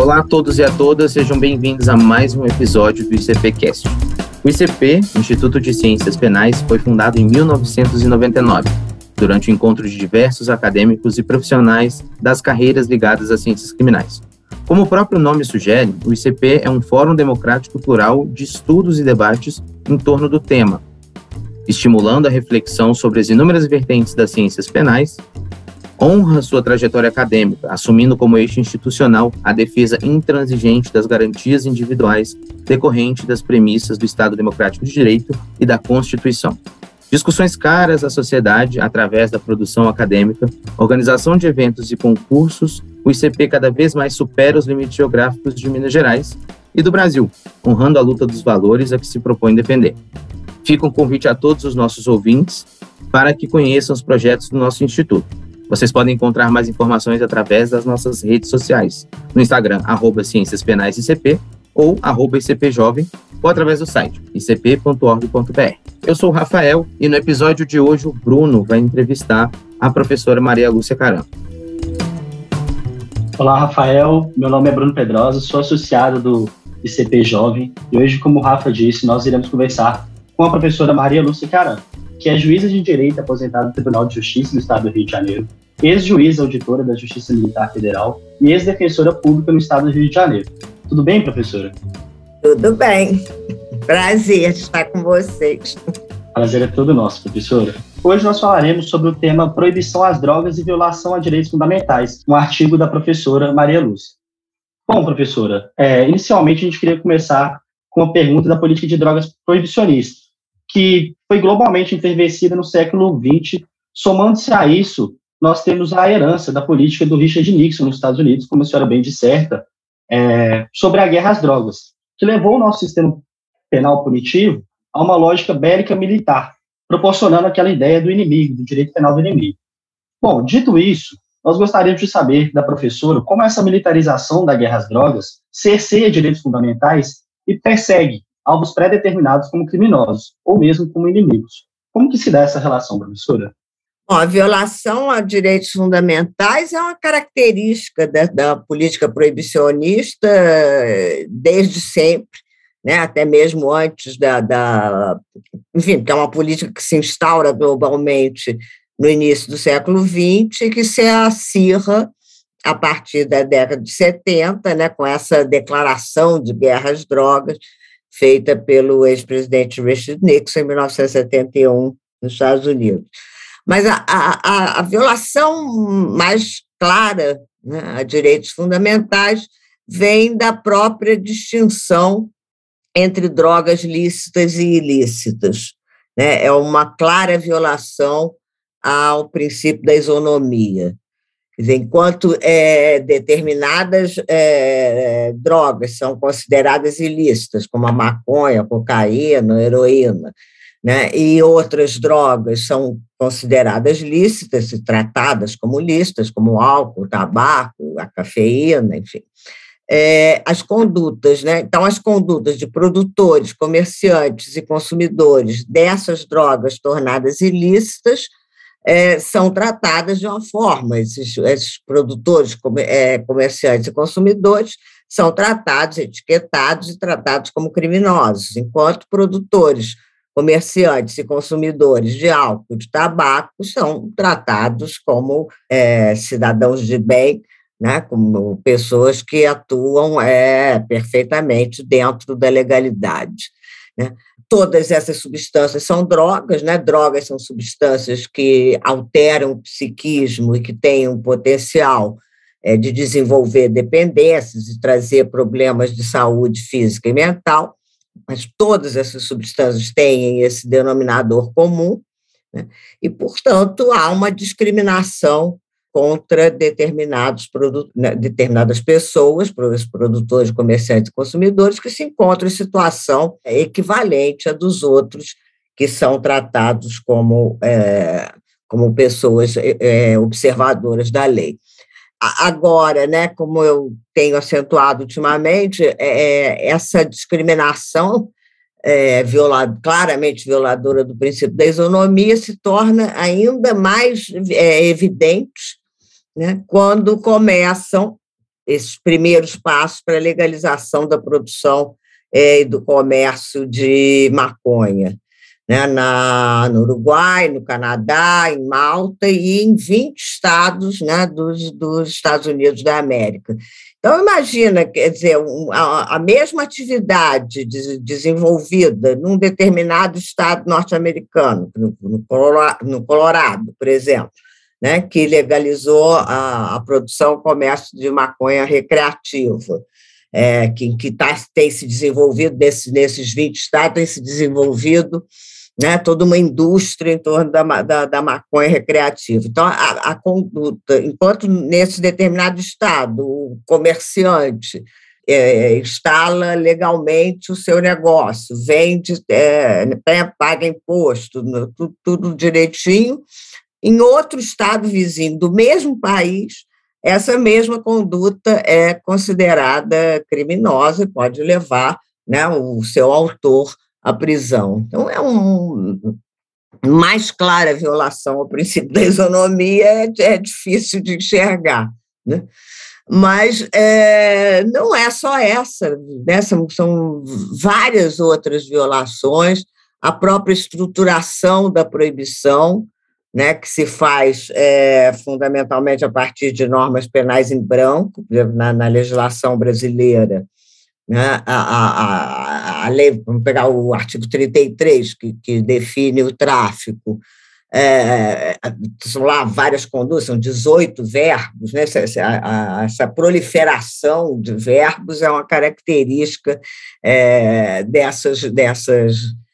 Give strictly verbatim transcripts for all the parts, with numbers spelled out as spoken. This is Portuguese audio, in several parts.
Olá a todos e a todas, sejam bem-vindos a mais um episódio do ICPcast. O I C P, Instituto de Ciências Penais, foi fundado em mil novecentos e noventa e nove, durante o encontro de diversos acadêmicos e profissionais das carreiras ligadas às ciências criminais. Como o próprio nome sugere, o I C P é um fórum democrático plural de estudos e debates em torno do tema, estimulando a reflexão sobre as inúmeras vertentes das ciências penais, honra sua trajetória acadêmica, assumindo como eixo institucional a defesa intransigente das garantias individuais decorrente das premissas do Estado Democrático de Direito e da Constituição. Discussões caras à sociedade através da produção acadêmica, organização de eventos e concursos, o I C P cada vez mais supera os limites geográficos de Minas Gerais e do Brasil, honrando a luta dos valores a que se propõe defender. Fica um convite a todos os nossos ouvintes para que conheçam os projetos do nosso Instituto. Vocês podem encontrar mais informações através das nossas redes sociais, no Instagram, arroba Ciências Penais I C P, ou arroba I C P Jovem, ou através do site, i c p ponto org ponto b r. Eu sou o Rafael e no episódio de hoje o Bruno vai entrevistar a professora Maria Lúcia Caram. Olá, Rafael. Meu nome é Bruno Pedrosa, sou associado do I C P Jovem e hoje, como o Rafa disse, nós iremos conversar com a professora Maria Lúcia Caram, que é juíza de Direito aposentada do Tribunal de Justiça do Estado do Rio de Janeiro, ex-juíza auditora da Justiça Militar Federal e ex-defensora pública no Estado do Rio de Janeiro. Tudo bem, professora? Tudo bem. Prazer estar com vocês. Prazer é todo nosso, professora. Hoje nós falaremos sobre o tema Proibição às Drogas e Violação a Direitos Fundamentais, um artigo da professora Maria Lúcia. Bom, professora, é, inicialmente a gente queria começar com a pergunta da política de drogas proibicionista, que foi globalmente intervencida no século vinte. Somando-se a isso, nós temos a herança da política do Richard Nixon nos Estados Unidos, como a senhora bem disserta, é, sobre a guerra às drogas, que levou o nosso sistema penal punitivo a uma lógica bélica militar, proporcionando aquela ideia do inimigo, do direito penal do inimigo. Bom, dito isso, nós gostaríamos de saber da professora como essa militarização da guerra às drogas cerceia direitos fundamentais e persegue alvos pré-determinados como criminosos, ou mesmo como inimigos. Como que se dá essa relação, professora? Bom, a violação a direitos fundamentais é uma característica da, da política proibicionista desde sempre, né? Até mesmo antes da, da... Enfim, que é uma política que se instaura globalmente no início do século vinte e que se acirra a partir da década de setenta, né? Com essa declaração de guerra às drogas, feita pelo ex-presidente Richard Nixon em mil novecentos e setenta e um, nos Estados Unidos. Mas a, a, a violação mais clara, né, a direitos fundamentais vem da própria distinção entre drogas lícitas e ilícitas, né? É uma clara violação ao princípio da isonomia. Quer dizer, enquanto é, determinadas é, drogas são consideradas ilícitas, como a maconha, a cocaína, a heroína, né, e outras drogas são consideradas lícitas e tratadas como lícitas, como o álcool, o tabaco, a cafeína, enfim. É, as condutas, né? Então, as condutas de produtores, comerciantes e consumidores dessas drogas tornadas ilícitas É, são tratadas de uma forma, esses, esses produtores, é, comerciantes e consumidores são tratados, etiquetados e tratados como criminosos, enquanto produtores, comerciantes e consumidores de álcool, de tabaco, são tratados como é, cidadãos de bem, né, como pessoas que atuam é, perfeitamente dentro da legalidade, né? Todas essas substâncias são drogas, né? Drogas são substâncias que alteram o psiquismo e que têm um potencial é, de desenvolver dependências e trazer problemas de saúde física e mental, mas todas essas substâncias têm esse denominador comum, né? E, portanto, há uma discriminação contra determinados produtos, né, determinadas pessoas, produtores, comerciantes e consumidores, que se encontram em situação equivalente à dos outros, que são tratados como, é, como pessoas é, observadoras da lei. Agora, né, como eu tenho acentuado ultimamente, é, essa discriminação é, violado, claramente violadora do princípio da isonomia se torna ainda mais é, evidente, né, quando começam esses primeiros passos para a legalização da produção é, e do comércio de maconha, né, na, no Uruguai, no Canadá, em Malta e em vinte estados, né, dos, dos Estados Unidos da América. Então, imagina, quer dizer, a, a mesma atividade de, desenvolvida num determinado estado norte-americano, no, no, Colorado, no Colorado, por exemplo, né, que legalizou a, a produção e comércio de maconha recreativa, é, que, que tá, tem se desenvolvido, nesse, nesses vinte estados, tem se desenvolvido, né, toda uma indústria em torno da, da, da maconha recreativa. Então, a, a conduta, enquanto nesse determinado estado o comerciante é, instala legalmente o seu negócio, vende, é, paga imposto, tudo, tudo direitinho, em outro estado vizinho do mesmo país, essa mesma conduta é considerada criminosa e pode levar, né, o seu autor à prisão. Então, é uma mais clara violação ao princípio da isonomia, é, é difícil de enxergar, né? Mas é, não é só essa, né? são, são várias outras violações, a própria estruturação da proibição, né, que se faz é, fundamentalmente a partir de normas penais em branco, na, na legislação brasileira, né, a, a, a lei, vamos pegar o artigo trinta e três, que, que define o tráfico, é, são lá várias condutas, são dezoito verbos, né, essa, a, a, essa proliferação de verbos é uma característica é, dessas, dessas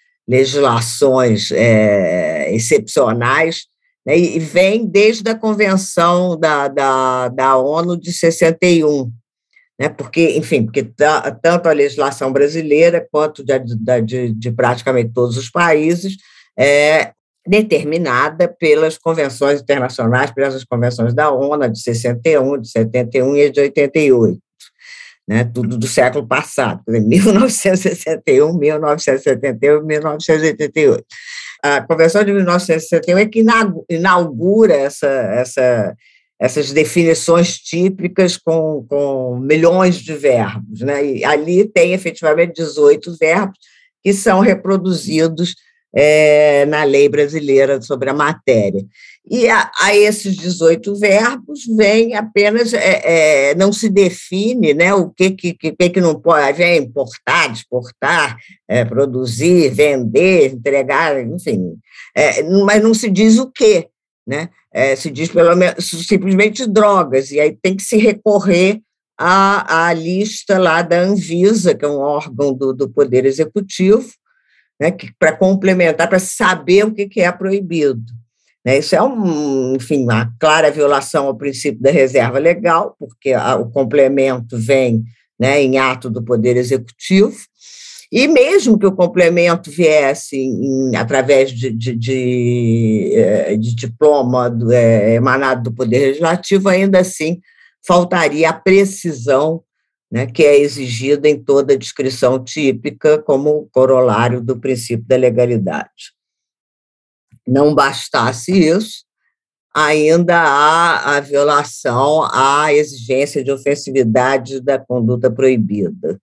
legislações é, excepcionais, né, e vem desde a Convenção da, da, da ONU de sessenta e um, né, porque, enfim, porque tanto a legislação brasileira quanto de, de, de praticamente todos os países é determinada pelas convenções internacionais, pelas convenções da ONU de sessenta e um, de setenta e um e de oitenta e oito. Né, tudo do século passado, mil novecentos e sessenta e um, mil novecentos e setenta e um, mil novecentos e oitenta e oito. A Convenção de mil novecentos e sessenta e um é que inaugura essa, essa, essas definições típicas com, com milhões de verbos, né, e ali tem efetivamente dezoito verbos que são reproduzidos é, na lei brasileira sobre a matéria. E a, a esses dezoito verbos vem apenas, é, é, não se define, né, o que, que, que, que não pode, é importar, exportar, é, produzir, vender, entregar, enfim, é, mas não se diz o quê, né, é, se diz pelo menos simplesmente drogas, e aí tem que se recorrer à, à lista lá da Anvisa, que é um órgão do, do Poder Executivo, né, para complementar, para saber o que, que é proibido. Isso é, um, enfim, uma clara violação ao princípio da reserva legal, porque a, o complemento vem, né, em ato do Poder Executivo, e mesmo que o complemento viesse em, através de, de, de, de diploma do, é, emanado do Poder Legislativo, ainda assim faltaria a precisão, né, que é exigida em toda descrição típica como corolário do princípio da legalidade. Não bastasse isso, ainda há a violação à exigência de ofensividade da conduta proibida.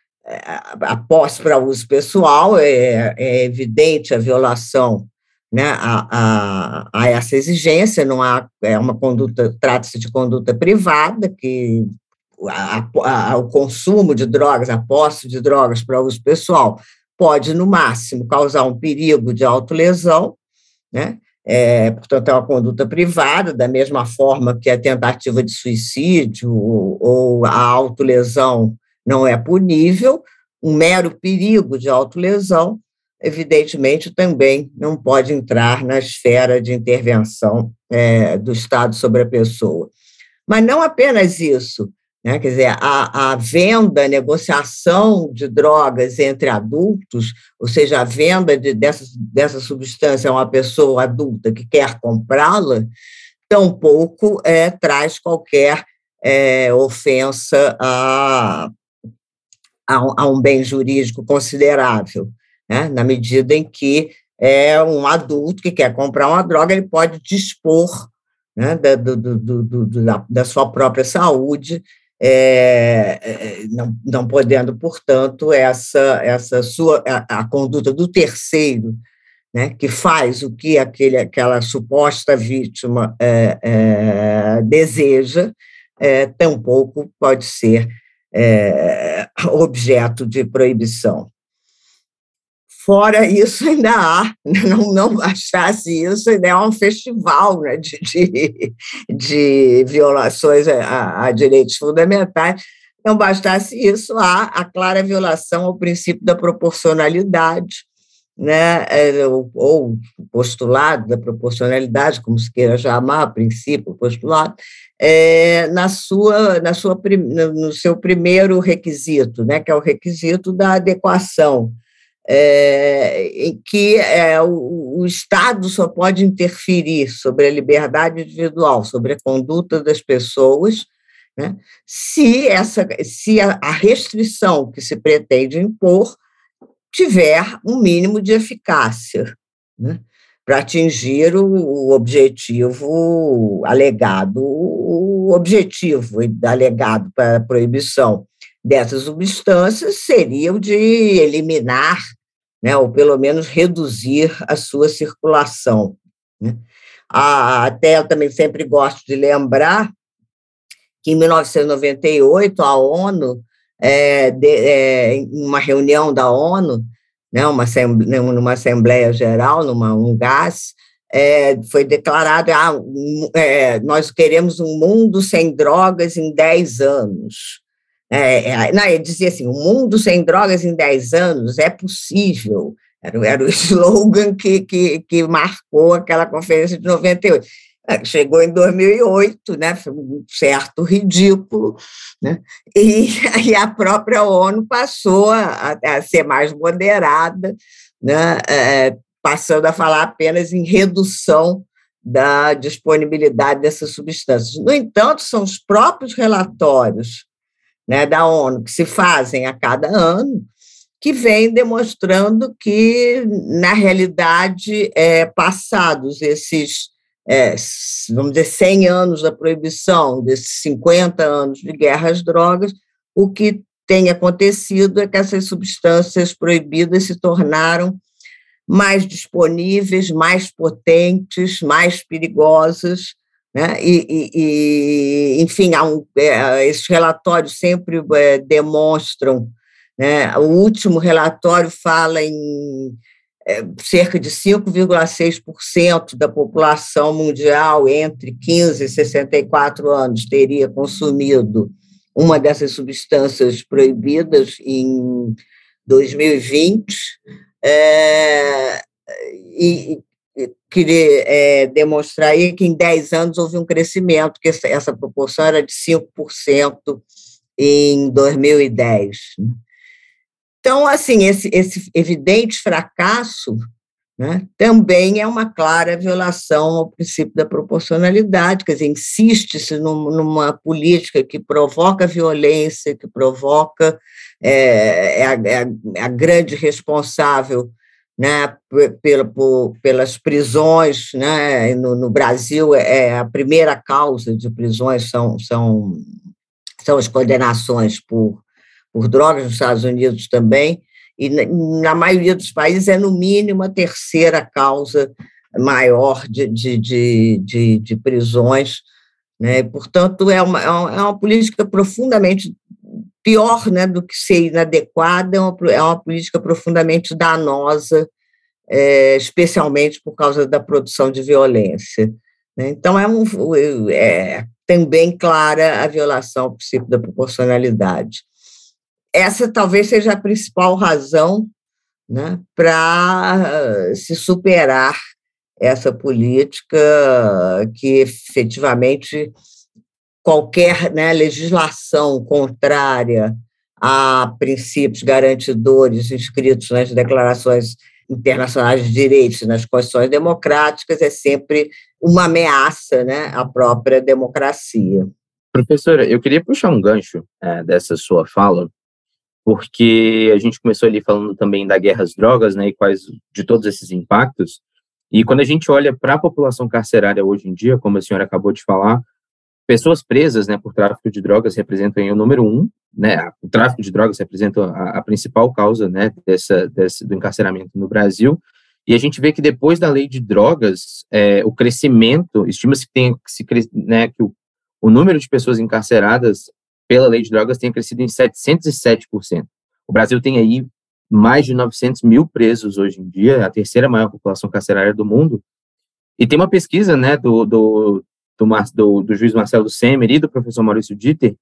A posse para uso pessoal é, é evidente a violação, né, a, a, a essa exigência, não há, é uma conduta, trata-se de conduta privada, que a, a, o consumo de drogas, a posse de drogas para uso pessoal pode, no máximo, causar um perigo de autolesão, né? É, portanto, é uma conduta privada, da mesma forma que a tentativa de suicídio ou, ou a autolesão não é punível, um mero perigo de autolesão, evidentemente, também não pode entrar na esfera de intervenção é, do Estado sobre a pessoa. Mas não apenas isso, né? Quer dizer, a, a venda, a negociação de drogas entre adultos, ou seja, a venda de, dessa, dessa substância a uma pessoa adulta que quer comprá-la, tampouco é, traz qualquer é, ofensa a, a, a um bem jurídico considerável, né? Na medida em que é um adulto que quer comprar uma droga, ele pode dispor, né, da, do, do, do, da, da sua própria saúde, é, não, não podendo, portanto, essa, essa sua, a, a conduta do terceiro, né, que faz o que aquele, aquela suposta vítima é, é, deseja, é, tampouco pode ser é, objeto de proibição. Fora isso, ainda há, não, não bastasse isso, ainda é um festival, né, de, de, de violações a, a direitos fundamentais. Não bastasse isso, há a clara violação ao princípio da proporcionalidade, né, ou, ou postulado da proporcionalidade, como se queira chamar, princípio, postulado, é, na sua, na sua, no seu primeiro requisito, né, que é o requisito da adequação, É, em que é, o, o Estado só pode interferir sobre a liberdade individual, sobre a conduta das pessoas, né, se, essa, se a, a restrição que se pretende impor tiver um mínimo de eficácia, né, para atingir o, o objetivo alegado, o objetivo alegado para a proibição dessas substâncias seria o de eliminar, né, ou pelo menos reduzir a sua circulação, né. A, até eu também sempre gosto de lembrar que em mil novecentos e noventa e oito a ONU, é, de, é, em uma reunião da ONU, né, uma assembleia, numa Assembleia Geral, numa U N G A S, é, foi declarado, ah, é, nós queremos um mundo sem drogas em dez anos. É, é, não, ele dizia assim, o mundo sem drogas em dez anos é possível, era, era o slogan que, que, que marcou aquela conferência de noventa e oito. Chegou em dois mil e oito, né, foi um certo ridículo, né, e, e a própria ONU passou a, a ser mais moderada, né, é, passando a falar apenas em redução da disponibilidade dessas substâncias. No entanto, são os próprios relatórios, né, da ONU, que se fazem a cada ano, que vêm demonstrando que, na realidade, é, passados esses, é, vamos dizer, cem anos da proibição, desses cinquenta anos de guerra às drogas, o que tem acontecido é que essas substâncias proibidas se tornaram mais disponíveis, mais potentes, mais perigosas, né? E, e, e, enfim, há um, é, esses relatórios sempre é, demonstram, né? O último relatório fala em é, cerca de cinco vírgula seis por cento da população mundial entre quinze e sessenta e quatro anos teria consumido uma dessas substâncias proibidas em dois mil e vinte, é, e queria é, demonstrar aí que em dez anos houve um crescimento, que essa, essa proporção era de cinco por cento em dois mil e dez. Então, assim, esse, esse evidente fracasso, né, também é uma clara violação ao princípio da proporcionalidade, quer dizer, insiste-se num, numa política que provoca violência, que provoca, é, é, a, é a grande responsável, né, pela, por, pelas prisões, né, no, no Brasil é a primeira causa de prisões são, são, são as condenações por, por drogas, nos Estados Unidos também, e na, na maioria dos países é no mínimo a terceira causa maior de, de, de, de, de prisões, né, portanto é uma, é uma política profundamente pior, né, do que ser inadequada, é uma, é uma política profundamente danosa, é, especialmente por causa da produção de violência, né? Então, é, um, é também clara a violação ao princípio da proporcionalidade. Essa talvez seja a principal razão, né, para se superar essa política que efetivamente qualquer, né, legislação contrária a princípios garantidores inscritos nas declarações internacionais de direitos, nas constituições democráticas, é sempre uma ameaça, né, à própria democracia. Professora, eu queria puxar um gancho é, dessa sua fala, porque a gente começou ali falando também da guerra às drogas, né, e quais de todos esses impactos, e quando a gente olha para a população carcerária hoje em dia, como a senhora acabou de falar, pessoas presas, né, por tráfico de drogas representam o número um, né, o tráfico de drogas representa a, a principal causa, né, dessa, desse, do encarceramento no Brasil, e a gente vê que depois da lei de drogas, é, o crescimento, estima-se que, tem, que, se, né, que o, o número de pessoas encarceradas pela lei de drogas tenha crescido em setecentos e sete por cento. O Brasil tem aí mais de novecentos mil presos hoje em dia, a terceira maior população carcerária do mundo, e tem uma pesquisa, né, do, do, do, do, do juiz Marcelo Semer e do professor Maurício Dieter,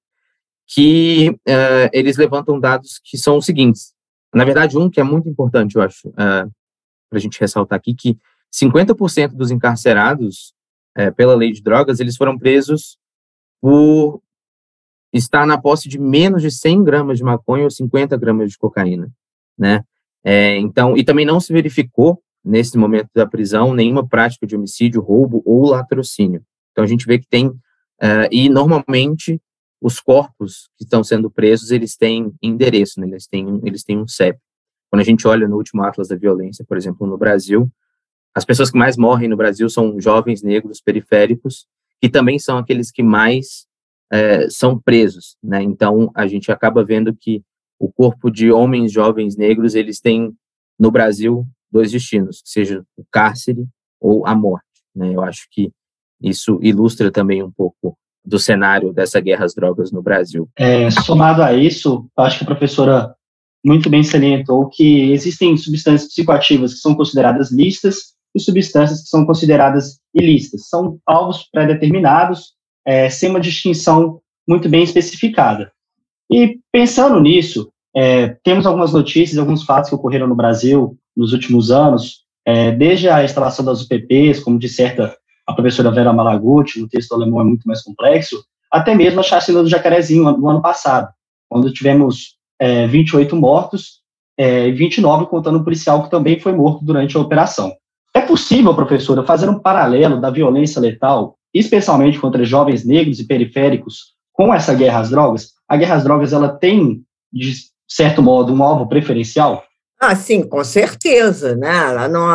que uh, eles levantam dados que são os seguintes. Na verdade, um que é muito importante, eu acho, uh, para a gente ressaltar aqui, que cinquenta por cento dos encarcerados uh, pela lei de drogas, eles foram presos por estar na posse de menos de cem gramas de maconha ou cinquenta gramas de cocaína, né? É, então, e também não se verificou, nesse momento da prisão, nenhuma prática de homicídio, roubo ou latrocínio. Então, a gente vê que tem, uh, e normalmente, os corpos que estão sendo presos, eles têm endereço, né? eles, têm, eles têm um C E P. Quando a gente olha no último Atlas da Violência, por exemplo, no Brasil, as pessoas que mais morrem no Brasil são jovens negros periféricos, que também são aqueles que mais é, são presos, né? Então, a gente acaba vendo que o corpo de homens jovens negros, eles têm, no Brasil, dois destinos, seja o cárcere ou a morte, né? Eu acho que isso ilustra também um pouco do cenário dessa guerra às drogas no Brasil. É, somado a isso, acho que a professora muito bem salientou que existem substâncias psicoativas que são consideradas lícitas e substâncias que são consideradas ilícitas. São alvos pré-determinados, é, sem uma distinção muito bem especificada. E pensando nisso, é, temos algumas notícias, alguns fatos que ocorreram no Brasil nos últimos anos, é, desde a instalação das U P Ps, como disserta a professora Vera Malaguti, no texto alemão é muito mais complexo, até mesmo a chacina do Jacarezinho, no ano passado, quando tivemos é, vinte e oito mortos, é, vinte e nove contando um policial que também foi morto durante a operação. É possível, professora, fazer um paralelo da violência letal, especialmente contra jovens negros e periféricos, com essa guerra às drogas? A guerra às drogas, ela tem, de certo modo, um alvo preferencial? Ah, sim, com certeza, né? Ela não,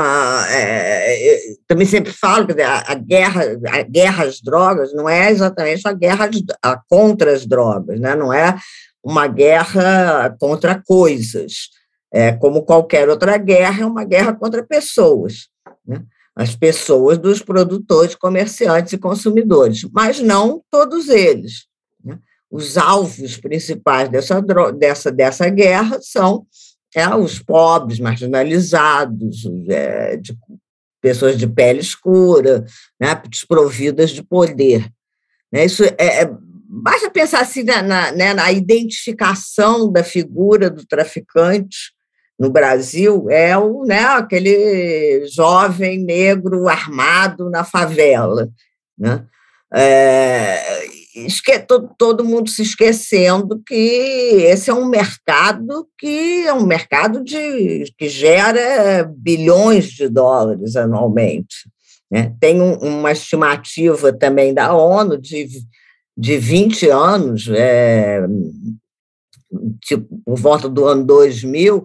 é, é, também sempre falo que a, a, guerra, a guerra às drogas não é exatamente a guerra a, contra as drogas, né? Não é uma guerra contra coisas. É, como qualquer outra guerra, é uma guerra contra pessoas, né? As pessoas dos produtores, comerciantes e consumidores, mas não todos eles, né? Os alvos principais dessa, dessa, dessa guerra são é, os pobres, marginalizados, é, de pessoas de pele escura, né, desprovidas de poder. Né, isso é, é, basta pensar assim na, na, né, na identificação da figura do traficante no Brasil, é o, né, aquele jovem negro armado na favela, né? É, esque, todo, todo mundo se esquecendo que esse é um mercado que é um mercado de, que gera bilhões de dólares anualmente, né? Tem um, uma estimativa também da ONU de, de vinte anos, é, tipo, por volta do ano dois mil,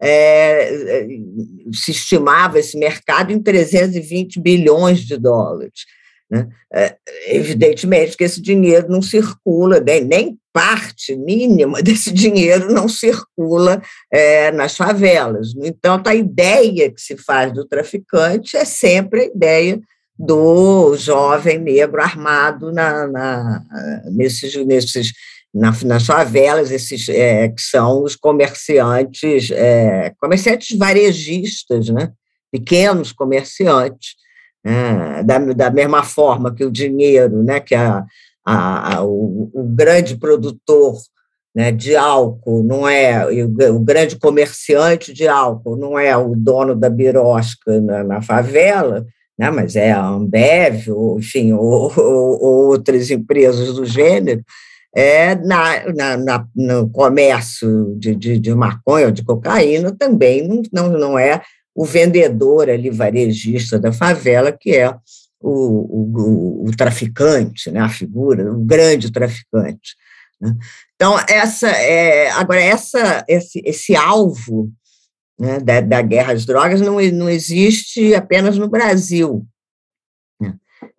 é, se estimava esse mercado em trezentos e vinte bilhões de dólares. Né? É, evidentemente que esse dinheiro não circula, nem, nem parte mínima desse dinheiro não circula é, nas favelas. No entanto, a ideia que se faz do traficante é sempre a ideia do jovem negro armado na, na, nesses, nesses, na, nas favelas, esses, é, que são os comerciantes, é, comerciantes varejistas, né? Pequenos comerciantes. É, da, da mesma forma que o dinheiro, né, que a, a, a, o, o grande produtor, né, de álcool não é, o, o grande comerciante de álcool não é o dono da birosca na, na favela, né, mas é a Ambev, ou, enfim, ou, ou, ou outras empresas do gênero, é, na, na, na, no comércio de, de, de maconha ou de cocaína também não, não, não é o vendedor ali, varejista da favela, que é o, o, o traficante, né, a figura, o grande traficante. Né? Então, essa, é, agora, essa, esse, esse alvo, né, da, da guerra às drogas não, não existe apenas no Brasil. Né?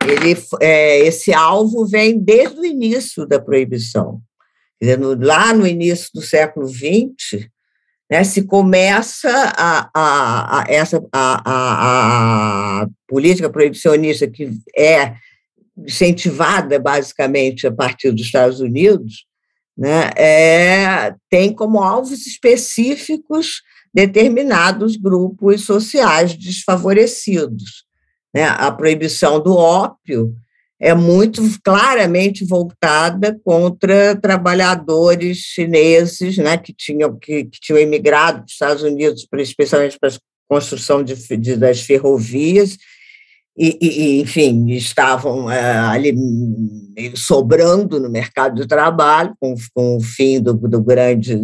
ele, é, esse alvo vem desde o início da proibição. Quer dizer, no, lá no início do século vinte, né, se começa a, a, a, essa, a, a, a política proibicionista que é incentivada basicamente a partir dos Estados Unidos, né, é, tem como alvos específicos determinados grupos sociais desfavorecidos, né? A proibição do ópio é muito claramente voltada contra trabalhadores chineses, né, que tinham, que, que tinham emigrado dos Estados Unidos, especialmente para a construção de, de, das ferrovias, E, e, enfim, estavam é, ali sobrando no mercado de trabalho com, com o fim do, do, grande,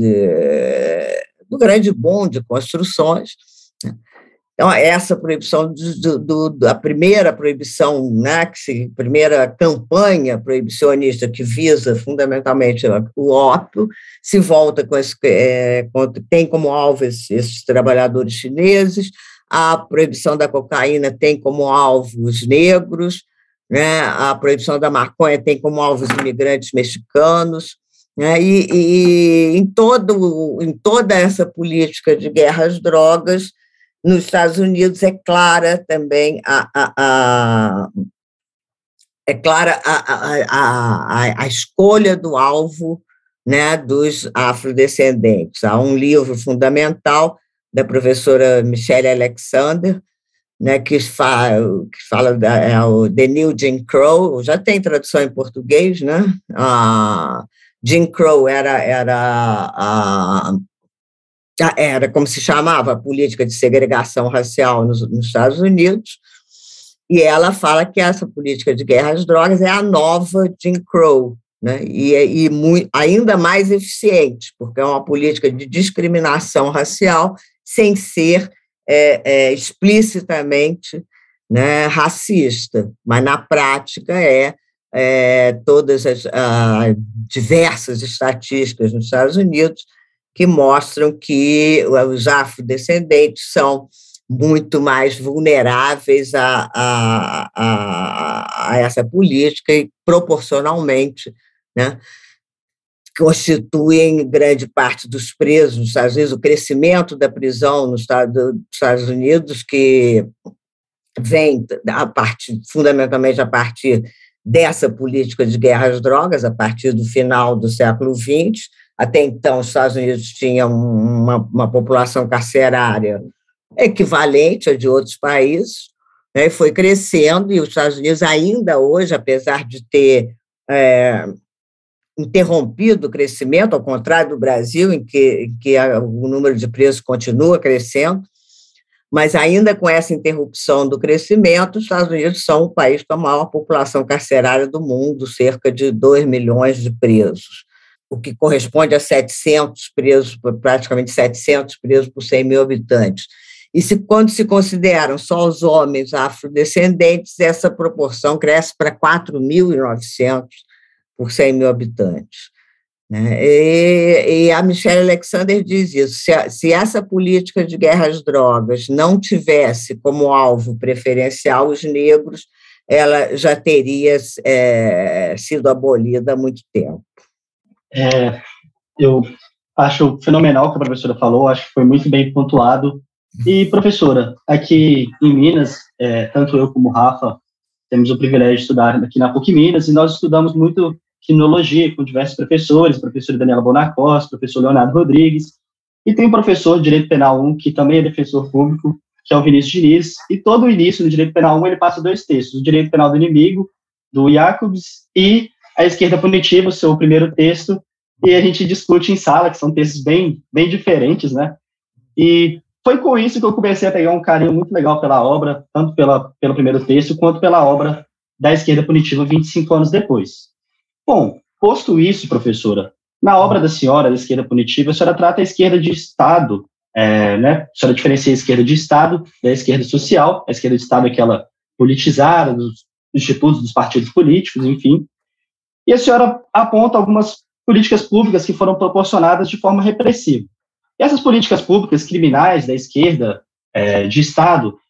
do grande boom de construções. Então, essa proibição, do, do, do, a primeira proibição, né, que se, primeira campanha proibicionista que visa fundamentalmente o ópio, se volta com esse, é, tem como alvo esses, esses trabalhadores chineses. A proibição da cocaína tem como alvo os negros, né? A proibição da maconha tem como alvo os imigrantes mexicanos, né? e, e em, todo, em toda essa política de guerra às drogas, nos Estados Unidos é clara também a, a, a, é clara a, a, a, a escolha do alvo, né, dos afrodescendentes. Há um livro fundamental da professora Michelle Alexander, né, que, fala, que fala da, é o The New Jim Crow, já tem tradução em português, né? Ah, Jim Crow era, era, ah, era como se chamava a política de segregação racial nos, nos Estados Unidos, e ela fala que essa política de guerra às drogas é a nova Jim Crow, né? E, e muito, ainda mais eficiente, porque é uma política de discriminação racial sem ser é, é, explicitamente, né, racista, mas na prática é, é todas as ah, diversas estatísticas nos Estados Unidos que mostram que os afrodescendentes são muito mais vulneráveis a, a, a, a essa política e proporcionalmente, né, constituem grande parte dos presos. Às vezes o crescimento da prisão nos Estados Unidos, que vem a partir, fundamentalmente a partir dessa política de guerra às drogas, a partir do final do século vinte. Até então, os Estados Unidos tinham uma, uma população carcerária equivalente à de outros países, né, e foi crescendo, e os Estados Unidos ainda hoje, apesar de ter é, interrompido o crescimento, ao contrário do Brasil, em que, em que a, o número de presos continua crescendo, mas ainda com essa interrupção do crescimento, os Estados Unidos são o país com a maior população carcerária do mundo, cerca de dois milhões de presos, o que corresponde a setecentos presos, praticamente setecentos presos por cem mil habitantes. E se, quando se consideram só os homens afrodescendentes, essa proporção cresce para quatro mil e novecentos por cem mil habitantes. Né? E, e a Michelle Alexander diz isso, se, a, se essa política de guerra às drogas não tivesse como alvo preferencial os negros, ela já teria é, sido abolida há muito tempo. É, eu acho fenomenal o que a professora falou, acho que foi muito bem pontuado. E, professora, aqui em Minas, é, tanto eu como o Rafa temos o privilégio de estudar aqui na PUC Minas, e nós estudamos muito criminologia com diversos professores, professora Daniela Bonacós, professor Leonardo Rodrigues, e tem um professor de Direito Penal um, que também é defensor público, que é o Vinícius Diniz, e todo o início do Direito Penal um ele passa dois textos, o Direito Penal do Inimigo, do Jacobs, e a Esquerda Punitiva, o seu primeiro texto, e a gente discute em sala, que são textos bem, bem diferentes, né? E foi com isso que eu comecei a pegar um carinho muito legal pela obra, tanto pela, pelo primeiro texto, quanto pela obra da Esquerda Punitiva vinte e cinco anos depois. Bom, posto isso, professora, na obra da senhora, da Esquerda Punitiva, a senhora trata a esquerda de Estado, é, né? A senhora diferencia a esquerda de Estado da esquerda social, a esquerda de Estado é aquela politizada dos institutos, dos partidos políticos, enfim, e a senhora aponta algumas políticas públicas que foram proporcionadas de forma repressiva. E essas políticas públicas criminais da esquerda é, de Estado,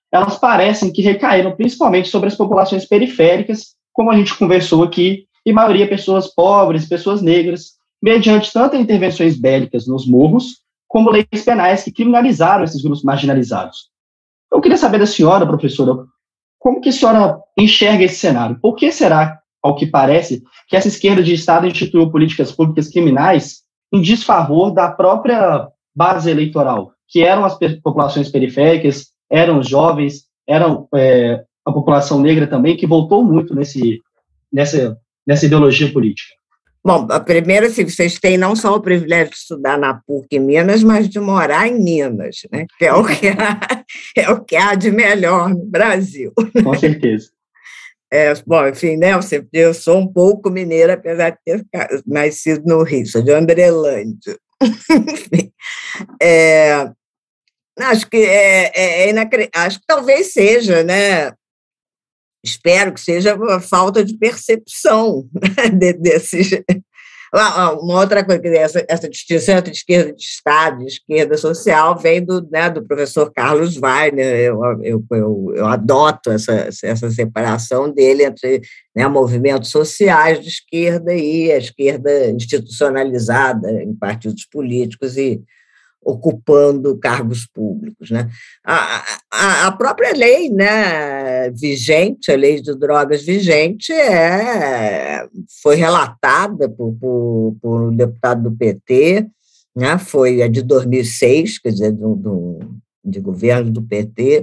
elas parecem que recaíram principalmente sobre as populações periféricas, como a gente conversou aqui, e maioria pessoas pobres, pessoas negras, mediante tanto intervenções bélicas nos morros, como leis penais que criminalizaram esses grupos marginalizados. Eu queria saber da senhora, professora, como que a senhora enxerga esse cenário? Por que será, ao que parece, que essa esquerda de Estado instituiu políticas públicas criminais em desfavor da própria base eleitoral, que eram as populações periféricas, eram os jovens, eram é, a população negra também, que voltou muito nesse, nessa, nessa ideologia política? Bom, a primeira, assim, vocês têm não só o privilégio de estudar na P U C em Minas, mas de morar em Minas, né? Que é o que há, é o que há de melhor no Brasil. Com certeza. É, bom, enfim, né, eu sou um pouco mineira, apesar de ter nascido no Rio, sou de Andrelândia. Enfim, é, acho que é, é, é acho que talvez seja, né? Espero que seja a falta de percepção, né, de, desses. Uma outra coisa, essa, essa distinção entre esquerda de Estado e esquerda social vem do, né, do professor Carlos Wagner. Eu, eu, eu, eu adoto essa, essa separação dele entre, né, movimentos sociais de esquerda e a esquerda institucionalizada em partidos políticos e ocupando cargos públicos, né? A, a, a própria lei, né, vigente, a lei de drogas vigente, é, foi relatada por, por, por um deputado do P T, né, foi a de dois mil e seis, quer dizer, do, do, de governo do P T,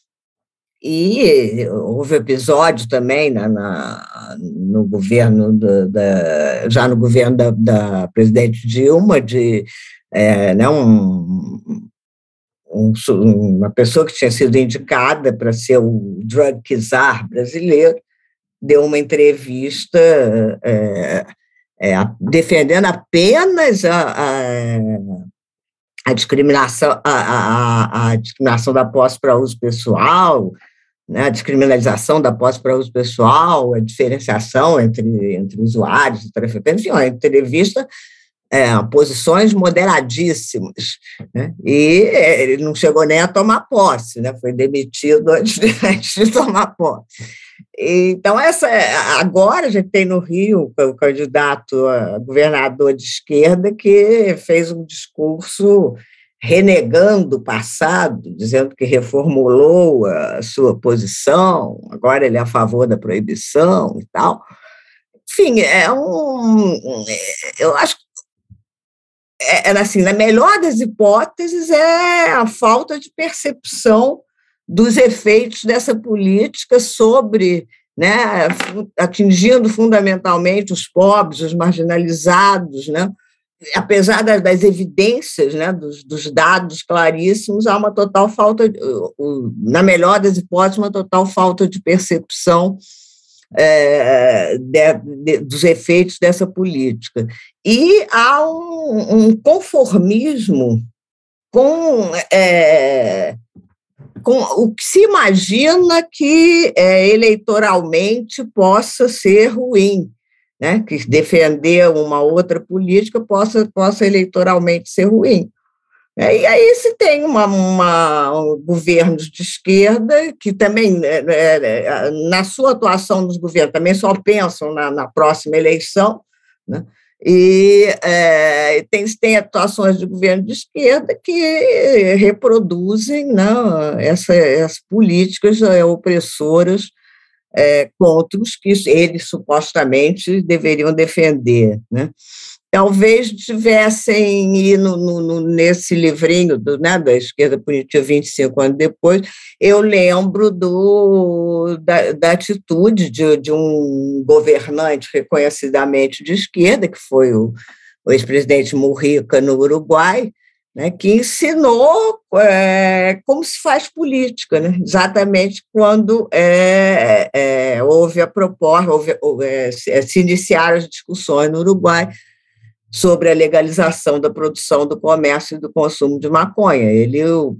e houve episódio também na, na, no governo, do, da, já no governo da, da presidente Dilma, de É, né, um, um, uma pessoa que tinha sido indicada para ser o drug czar brasileiro, deu uma entrevista é, é, defendendo apenas a, a, a, discriminação, a, a, a discriminação da posse para uso pessoal, né, a descriminalização da posse para uso pessoal, a diferenciação entre, entre usuários e traficantes, enfim, uma entrevista É, posições moderadíssimas, né? E ele não chegou nem a tomar posse, né? Foi demitido antes de, antes de tomar posse. Então, essa, agora a gente tem no Rio o candidato a governador de esquerda que fez um discurso renegando o passado, dizendo que reformulou a sua posição, agora ele é a favor da proibição e tal. Enfim, é um... Eu acho que É, assim, na melhor das hipóteses, é a falta de percepção dos efeitos dessa política sobre, né, atingindo fundamentalmente os pobres, os marginalizados, né? Apesar das, das evidências, né, dos, dos dados claríssimos, há uma total falta, na melhor das hipóteses, uma total falta de percepção É, de, de, dos efeitos dessa política. E há um, um conformismo com, é, com o que se imagina que é, eleitoralmente possa ser ruim, né? Que defender uma outra política possa, possa eleitoralmente ser ruim. E aí se tem uma, uma, um governos de esquerda que também, é, na sua atuação nos governos, também só pensam na, na próxima eleição, né? E é, tem, tem atuações de governo de esquerda que reproduzem, né, essa, essas políticas opressoras é, contra os que eles supostamente deveriam defender, né? Talvez tivessem ido no, no, nesse livrinho do, né, da Esquerda Punitiva vinte e cinco anos depois, eu lembro do, da, da atitude de, de um governante reconhecidamente de esquerda, que foi o, o ex-presidente Mujica no Uruguai, né, que ensinou é, como se faz política, né, exatamente quando é, é, houve a proposta, houve, houve, é, se iniciaram as discussões no Uruguai sobre a legalização da produção, do comércio e do consumo de maconha. Ele, o,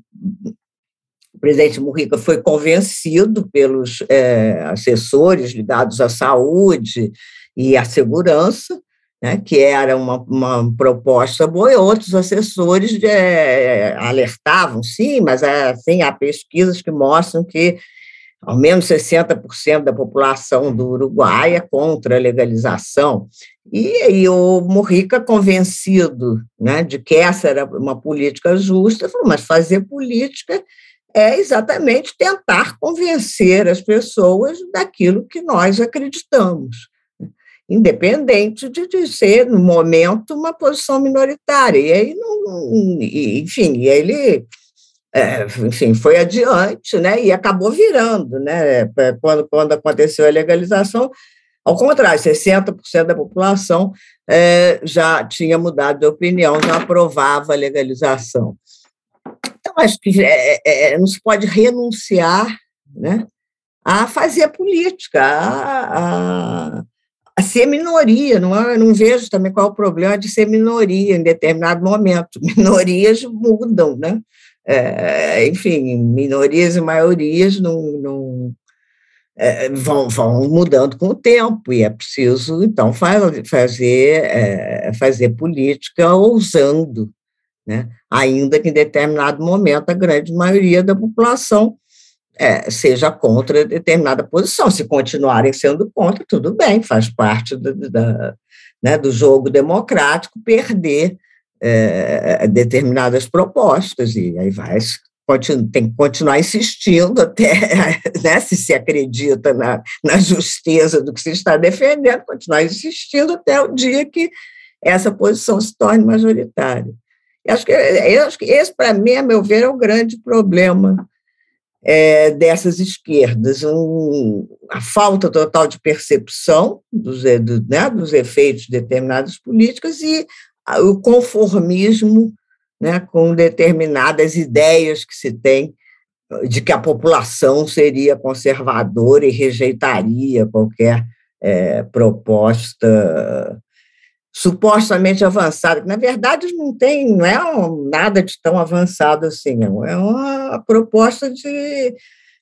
o presidente Mujica foi convencido pelos é, assessores ligados à saúde e à segurança, né, que era uma, uma proposta boa, e outros assessores é, alertavam, sim, mas assim, há pesquisas que mostram que ao menos sessenta por cento da população do Uruguai é contra a legalização. E, e o Mujica, convencido, né, de que essa era uma política justa, falou, mas fazer política é exatamente tentar convencer as pessoas daquilo que nós acreditamos, independente de, de ser, no momento, uma posição minoritária. E aí, não, enfim, ele, é, enfim, foi adiante, né, e acabou virando, né, quando, quando aconteceu a legalização, ao contrário, sessenta por cento da população é, já tinha mudado de opinião, já aprovava a legalização. Então, acho que é, é, não se pode renunciar, né, a fazer política, a, a a ser minoria, não, é, não vejo também qual é o problema de ser minoria em determinado momento. Minorias mudam, né? É, enfim, minorias e maiorias não, não, é, vão, vão mudando com o tempo, e é preciso, então, fazer, é, fazer política ousando, né? Ainda que em determinado momento a grande maioria da população É, seja contra determinada posição. Se continuarem sendo contra, tudo bem, faz parte do, da, né, do jogo democrático perder é, determinadas propostas, e aí vai, tem que continuar insistindo até, né, se se acredita na, na justeza do que se está defendendo, continuar insistindo até o dia que essa posição se torne majoritária. Eu acho que, eu acho que esse, para mim, a meu ver, é o grande problema É, dessas esquerdas, um, a falta total de percepção dos, do, né, dos efeitos de determinadas políticas e a, o conformismo, né, com determinadas ideias que se tem de que a população seria conservadora e rejeitaria qualquer é, proposta supostamente avançada, que, na verdade, não tem, não é um, nada de tão avançado assim, não. É uma proposta de,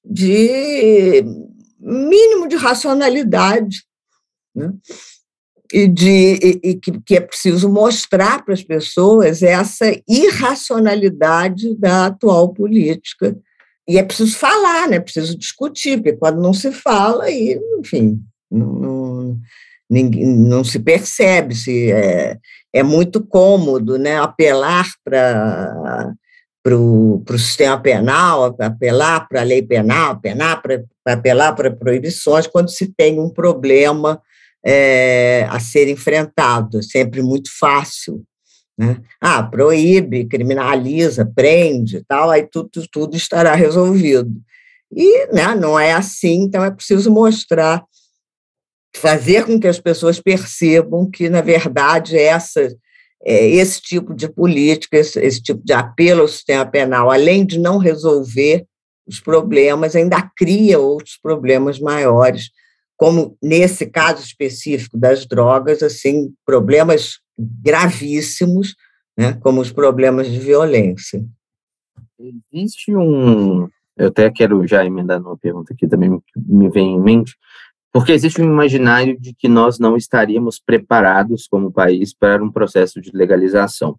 de mínimo de racionalidade, né? E, de, e, e que, que é preciso mostrar para as pessoas essa irracionalidade da atual política. E é preciso falar, né? É preciso discutir, porque quando não se fala, aí, enfim, não... não Ninguém, não se percebe, se é, é muito cômodo, né, apelar para o sistema penal, apelar para a lei penal, apelar para, apelar para proibições, quando se tem um problema é, a ser enfrentado, é sempre muito fácil, né? Ah, proíbe, criminaliza, prende, tal, aí tudo, tudo estará resolvido. E, né, não é assim, então é preciso mostrar, fazer com que as pessoas percebam que, na verdade, essa, esse tipo de política, esse, esse tipo de apelo ao sistema penal, além de não resolver os problemas, ainda cria outros problemas maiores, como, nesse caso específico das drogas, assim, problemas gravíssimos, né, como os problemas de violência. Existe um... Eu até quero já emendar uma pergunta que também me vem em mente, porque existe um imaginário de que nós não estaríamos preparados como país para um processo de legalização.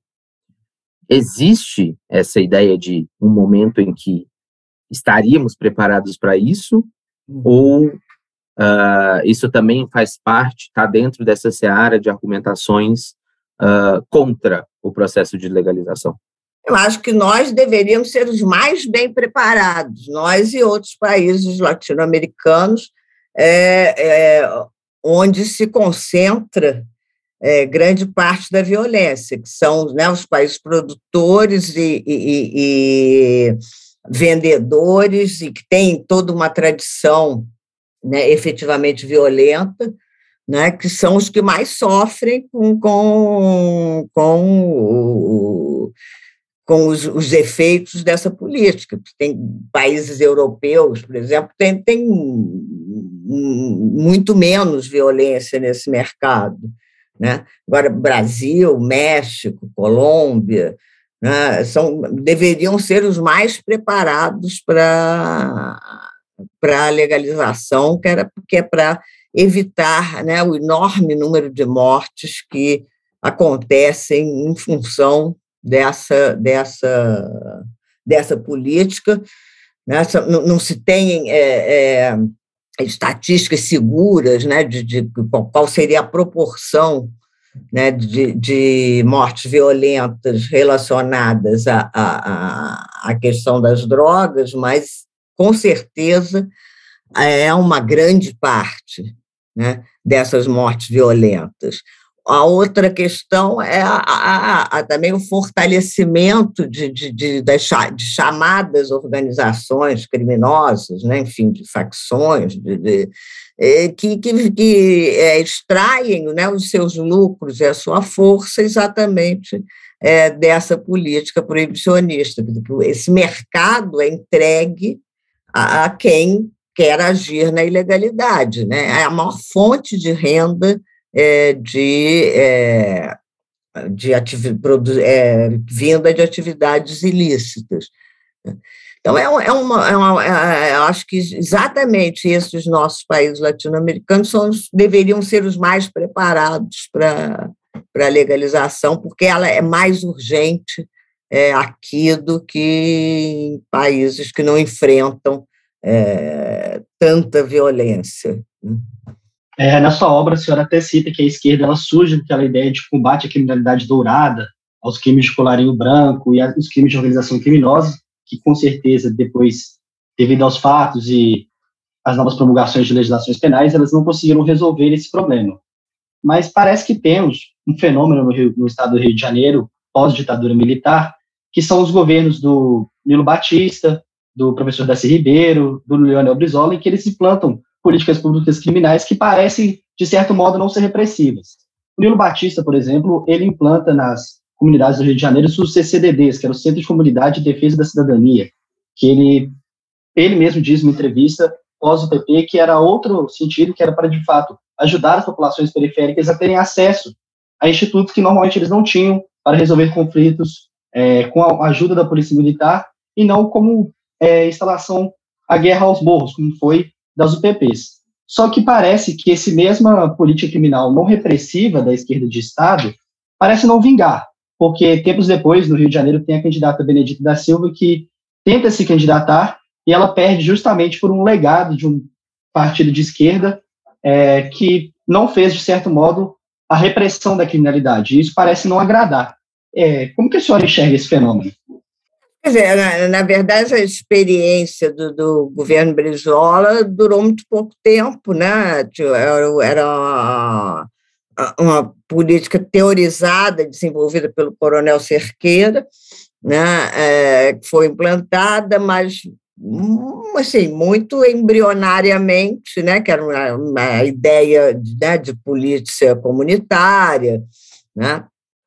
Existe essa ideia de um momento em que estaríamos preparados para isso? Uhum. Ou uh, isso também faz parte, está dentro dessa seara de argumentações uh, contra o processo de legalização? Eu acho que nós deveríamos ser os mais bem preparados, nós e outros países latino-americanos, É, é, onde se concentra é, grande parte da violência, que são, né, os países produtores e, e, e vendedores, e que têm toda uma tradição, né, efetivamente violenta, né, que são os que mais sofrem com, com, com o, com os, os efeitos dessa política. Tem países europeus, por exemplo, tem, tem muito menos violência nesse mercado, né? Agora, Brasil, México, Colômbia, né, são, deveriam ser os mais preparados para para a legalização, que, era, que é para evitar, né, o enorme número de mortes que acontecem em função dessa, dessa, dessa política. Né? Não, não se tem é, é, estatísticas seguras, né, de, de qual seria a proporção, né, de, de mortes violentas relacionadas à, à, à questão das drogas, mas, com certeza, é uma grande parte, né, dessas mortes violentas. A outra questão é a, a, a, também o fortalecimento de, de, de, de chamadas organizações criminosas, né, enfim, de facções, de, de, que, que, que é, extraem, né, os seus lucros e a sua força exatamente é, dessa política proibicionista. Esse mercado é entregue a, a quem quer agir na ilegalidade, né? É a maior fonte de renda é, de, é, de ativi- produ- é, vinda de atividades ilícitas. Então, é uma, é uma, é uma é, eu acho que exatamente esses nossos países latino-americanos são, deveriam ser os mais preparados para a legalização, porque ela é mais urgente é, aqui do que em países que não enfrentam é, tanta violência. É, na sua obra, a senhora até cita que a esquerda ela surge com aquela ideia de combate à criminalidade dourada, aos crimes de colarinho branco e aos crimes de organização criminosa, que com certeza depois, devido aos fatos e às novas promulgações de legislações penais, elas não conseguiram resolver esse problema. Mas parece que temos um fenômeno no, Rio, no estado do Rio de Janeiro, pós-ditadura militar, que são os governos do Nilo Batista, do professor Darcy Ribeiro, do Leonel Brizola, em que eles implantam políticas públicas criminais que parecem, de certo modo, não ser repressivas. O Nilo Batista, por exemplo, ele implanta nas comunidades do Rio de Janeiro os C C D Ds, que era o Centro de Comunidade de Defesa da Cidadania, que ele, ele mesmo diz numa entrevista pós o P P que era outro sentido, que era para, de fato, ajudar as populações periféricas a terem acesso a institutos que normalmente eles não tinham para resolver conflitos é, com a ajuda da polícia militar e não como é, instalação à guerra aos morros, como foi das U P Ps. Só que parece que essa mesma política criminal não repressiva da esquerda de Estado parece não vingar, porque tempos depois, no Rio de Janeiro, tem a candidata Benedita da Silva que tenta se candidatar e ela perde justamente por um legado de um partido de esquerda é, que não fez, de certo modo, a repressão da criminalidade. E isso parece não agradar. É, como que a senhora enxerga esse fenômeno? Quer dizer, na, na verdade, a experiência do, do governo Brizola durou muito pouco tempo, né? Era, era uma, uma política teorizada, desenvolvida pelo coronel Cerqueira, né? É, que foi implantada, mas assim, muito embrionariamente, né? Que era uma, uma ideia de, né, de polícia comunitária, né?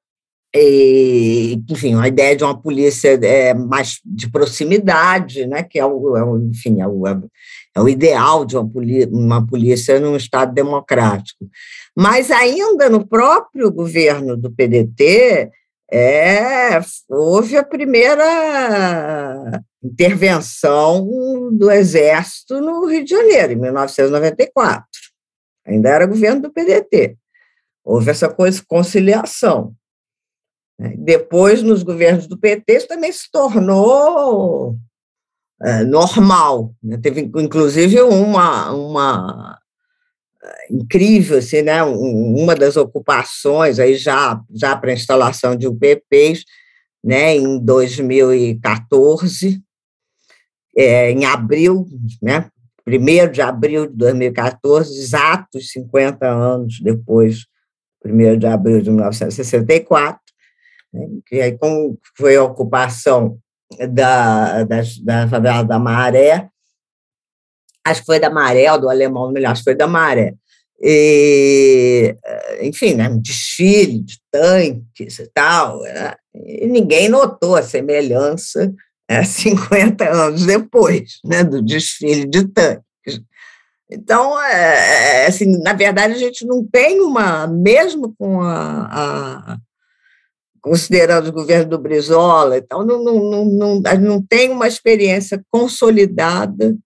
E, enfim, a ideia de uma polícia é, mais de proximidade, né, que é o, é o, enfim, é o, é o ideal de uma polícia, uma polícia num Estado democrático. Mas ainda no próprio governo do P D T, é, houve a primeira intervenção do Exército no Rio de Janeiro, em mil novecentos e noventa e quatro. Ainda era governo do P D T. Houve essa coisa, conciliação. Depois, nos governos do P T, isso também se tornou é, normal. Né? Teve, inclusive, uma, uma incrível, assim, né? Uma das ocupações aí já, já para a instalação de U P Ps, né? Em dois mil e quatorze, é, em abril, né? primeiro de abril de dois mil e quatorze, exatos cinquenta anos depois, primeiro de abril de mil novecentos e sessenta e quatro, que aí, como foi a ocupação da, da, da favela da Maré, acho que foi da Maré, ou do Alemão, melhor, acho que foi da Maré. E, enfim, né, um desfile de tanques e tal, né, e ninguém notou a semelhança é, cinquenta anos depois, né, do desfile de tanques. Então, é, assim, na verdade, a gente não tem uma, mesmo com a, a considerando o governo do Brizola, então não, não, não, não, não tem uma experiência consolidada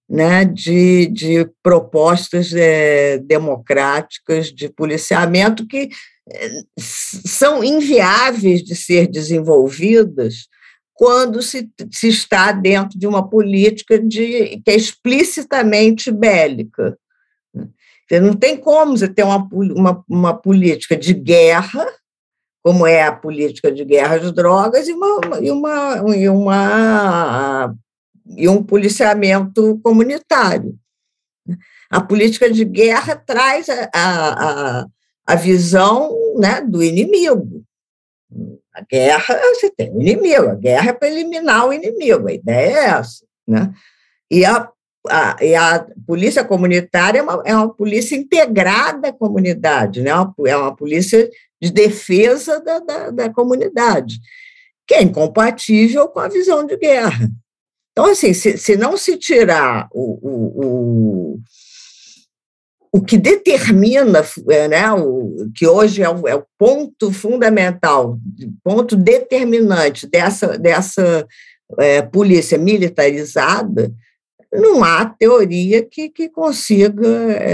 né, de, de propostas é, democráticas de policiamento que é, são inviáveis de ser desenvolvidas quando se, se está dentro de uma política de, que é explicitamente bélica. Você não tem como você ter uma, uma, uma política de guerra, como é a política de guerra às drogas, e, uma, e, uma, e, uma, e um policiamento comunitário. A política de guerra traz a, a, a visão, né, do inimigo. A guerra, você tem um inimigo, a guerra é para eliminar o inimigo, a ideia é essa, né? E a, a, e a polícia comunitária é uma, é uma polícia integrada à comunidade, né? É uma polícia de defesa da, da, da comunidade, que é incompatível com a visão de guerra. Então, assim, se, se não se tirar o, o, o, o que determina, né, o, que hoje é o, é o ponto fundamental, ponto determinante dessa, dessa é, polícia militarizada, não há teoria que, que consiga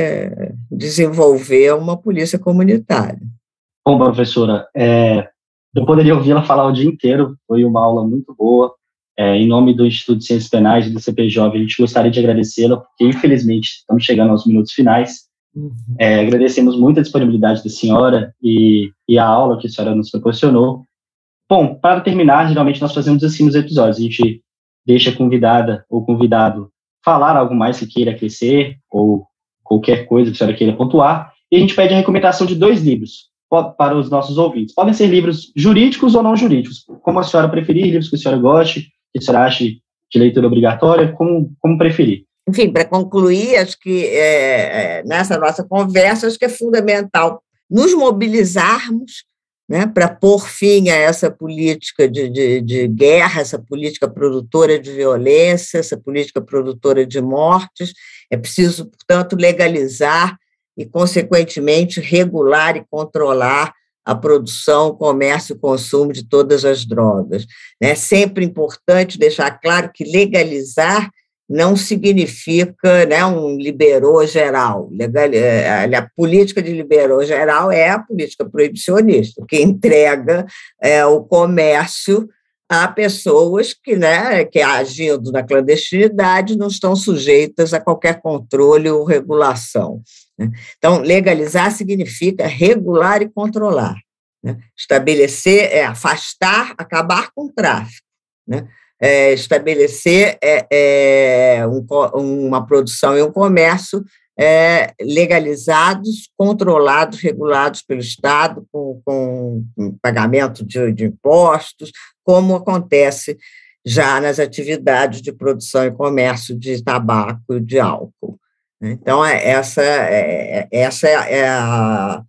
é, desenvolver uma polícia comunitária. Bom, professora, é, eu poderia ouvi-la falar o dia inteiro, foi uma aula muito boa. É, em nome do Instituto de Ciências Penais e do C P Jovem, a gente gostaria de agradecê-la, porque, infelizmente, estamos chegando aos minutos finais. Uhum. É, agradecemos muito a disponibilidade da senhora e, e a aula que a senhora nos proporcionou. Bom, para terminar, geralmente nós fazemos assim nos episódios, a gente deixa a convidada ou convidado falar algo mais que queira crescer, ou qualquer coisa que a senhora queira pontuar, e a gente pede a recomendação de dois livros para os nossos ouvintes. Podem ser livros jurídicos ou não jurídicos, como a senhora preferir, livros que a senhora goste, que a senhora ache de leitura obrigatória, como, como preferir. Enfim, para concluir, acho que é, nessa nossa conversa, acho que é fundamental nos mobilizarmos, né, para pôr fim a essa política de, de, de guerra, essa política produtora de violência, essa política produtora de mortes. É preciso, portanto, legalizar e, consequentemente, regular e controlar a produção, o comércio e o consumo de todas as drogas. É sempre importante deixar claro que legalizar não significa, né, um liberou geral. Legal, a política de liberou geral é a política proibicionista, que entrega é, o comércio a pessoas que, né, que, agindo na clandestinidade, não estão sujeitas a qualquer controle ou regulação. Então, legalizar significa regular e controlar, né? Estabelecer, é, afastar, acabar com o tráfico, né? É, estabelecer é, é, um, uma produção e um comércio é, legalizados, controlados, regulados pelo Estado, com, com pagamento de, de impostos, como acontece já nas atividades de produção e comércio de tabaco e de álcool. Então, essa, essa é a,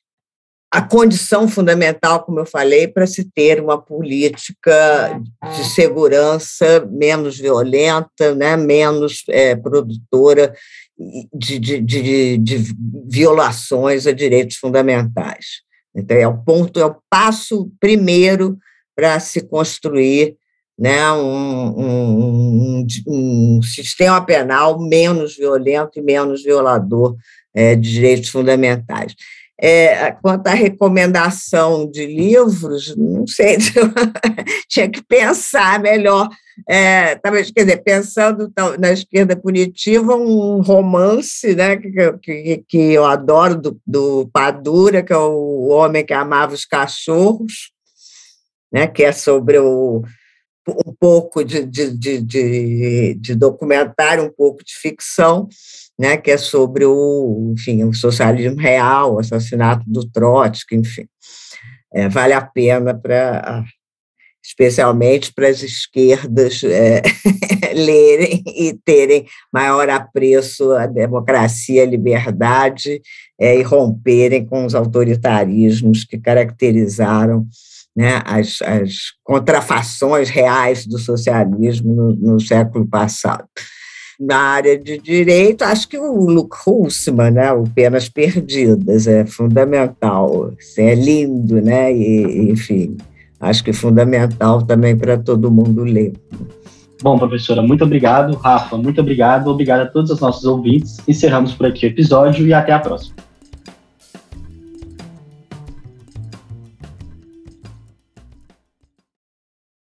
a condição fundamental, como eu falei, para se ter uma política de segurança menos violenta, né, menos é, produtora de, de, de, de violações a direitos fundamentais. Então, é o ponto, é o passo primeiro para se construir, né, um, um, um, um sistema penal menos violento e menos violador é, de direitos fundamentais. É, quanto à recomendação de livros, não sei, tinha que pensar melhor. É, talvez, quer dizer, pensando na Esquerda Punitiva, um romance, né, que, que, que eu adoro, do, do Padura, que é O Homem que Amava os Cachorros, né, que é sobre o um pouco de, de, de, de, de documentário, um pouco de ficção, né, que é sobre o, enfim, o socialismo real, o assassinato do Trotsky, enfim. É, vale a pena, pra, especialmente para as esquerdas é, lerem e terem maior apreço à democracia, à liberdade, é, e romperem com os autoritarismos que caracterizaram, né, as, as contrafações reais do socialismo no, no século passado. Na área de direito, acho que o Luc Hulsmann, né, o Penas Perdidas, é fundamental, é lindo, né, e, enfim, acho que é fundamental também para todo mundo ler. Bom, professora, muito obrigado. Rafa, muito obrigado. Obrigado a todos os nossos ouvintes. Encerramos por aqui o episódio e até a próxima.